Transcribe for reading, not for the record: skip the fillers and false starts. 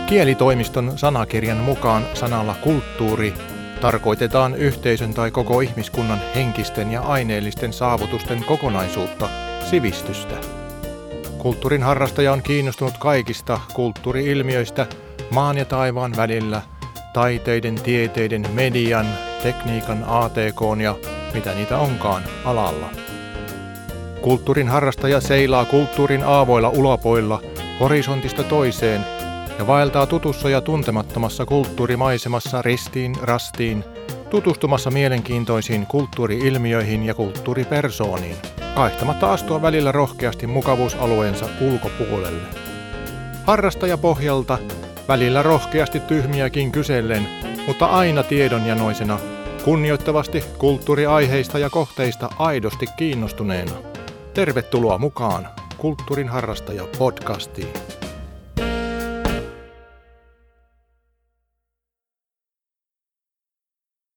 Kielitoimiston sanakirjan mukaan sanalla kulttuuri tarkoitetaan yhteisön tai koko ihmiskunnan henkisten ja aineellisten saavutusten kokonaisuutta, sivistystä. Kulttuurin harrastaja on kiinnostunut kaikista kulttuuri-ilmiöistä maan ja taivaan välillä, taiteiden, tieteiden, median, tekniikan, ATK:n ja mitä niitä onkaan alalla. Kulttuurin harrastaja seilaa kulttuurin aavoilla ulapoilla horisontista toiseen ja vaeltaa tutussa ja tuntemattomassa kulttuurimaisemassa ristiin rastiin, tutustumassa mielenkiintoisiin kulttuuri-ilmiöihin ja kulttuuripersooniin, kaihtamatta astua välillä rohkeasti mukavuusalueensa ulkopuolelle. Harrastajapohjalta, välillä rohkeasti tyhmiäkin kysellen, mutta aina tiedonjanoisena, kunnioittavasti kulttuuriaiheista ja kohteista aidosti kiinnostuneena. Tervetuloa mukaan Kulttuurin harrastaja podcastiin.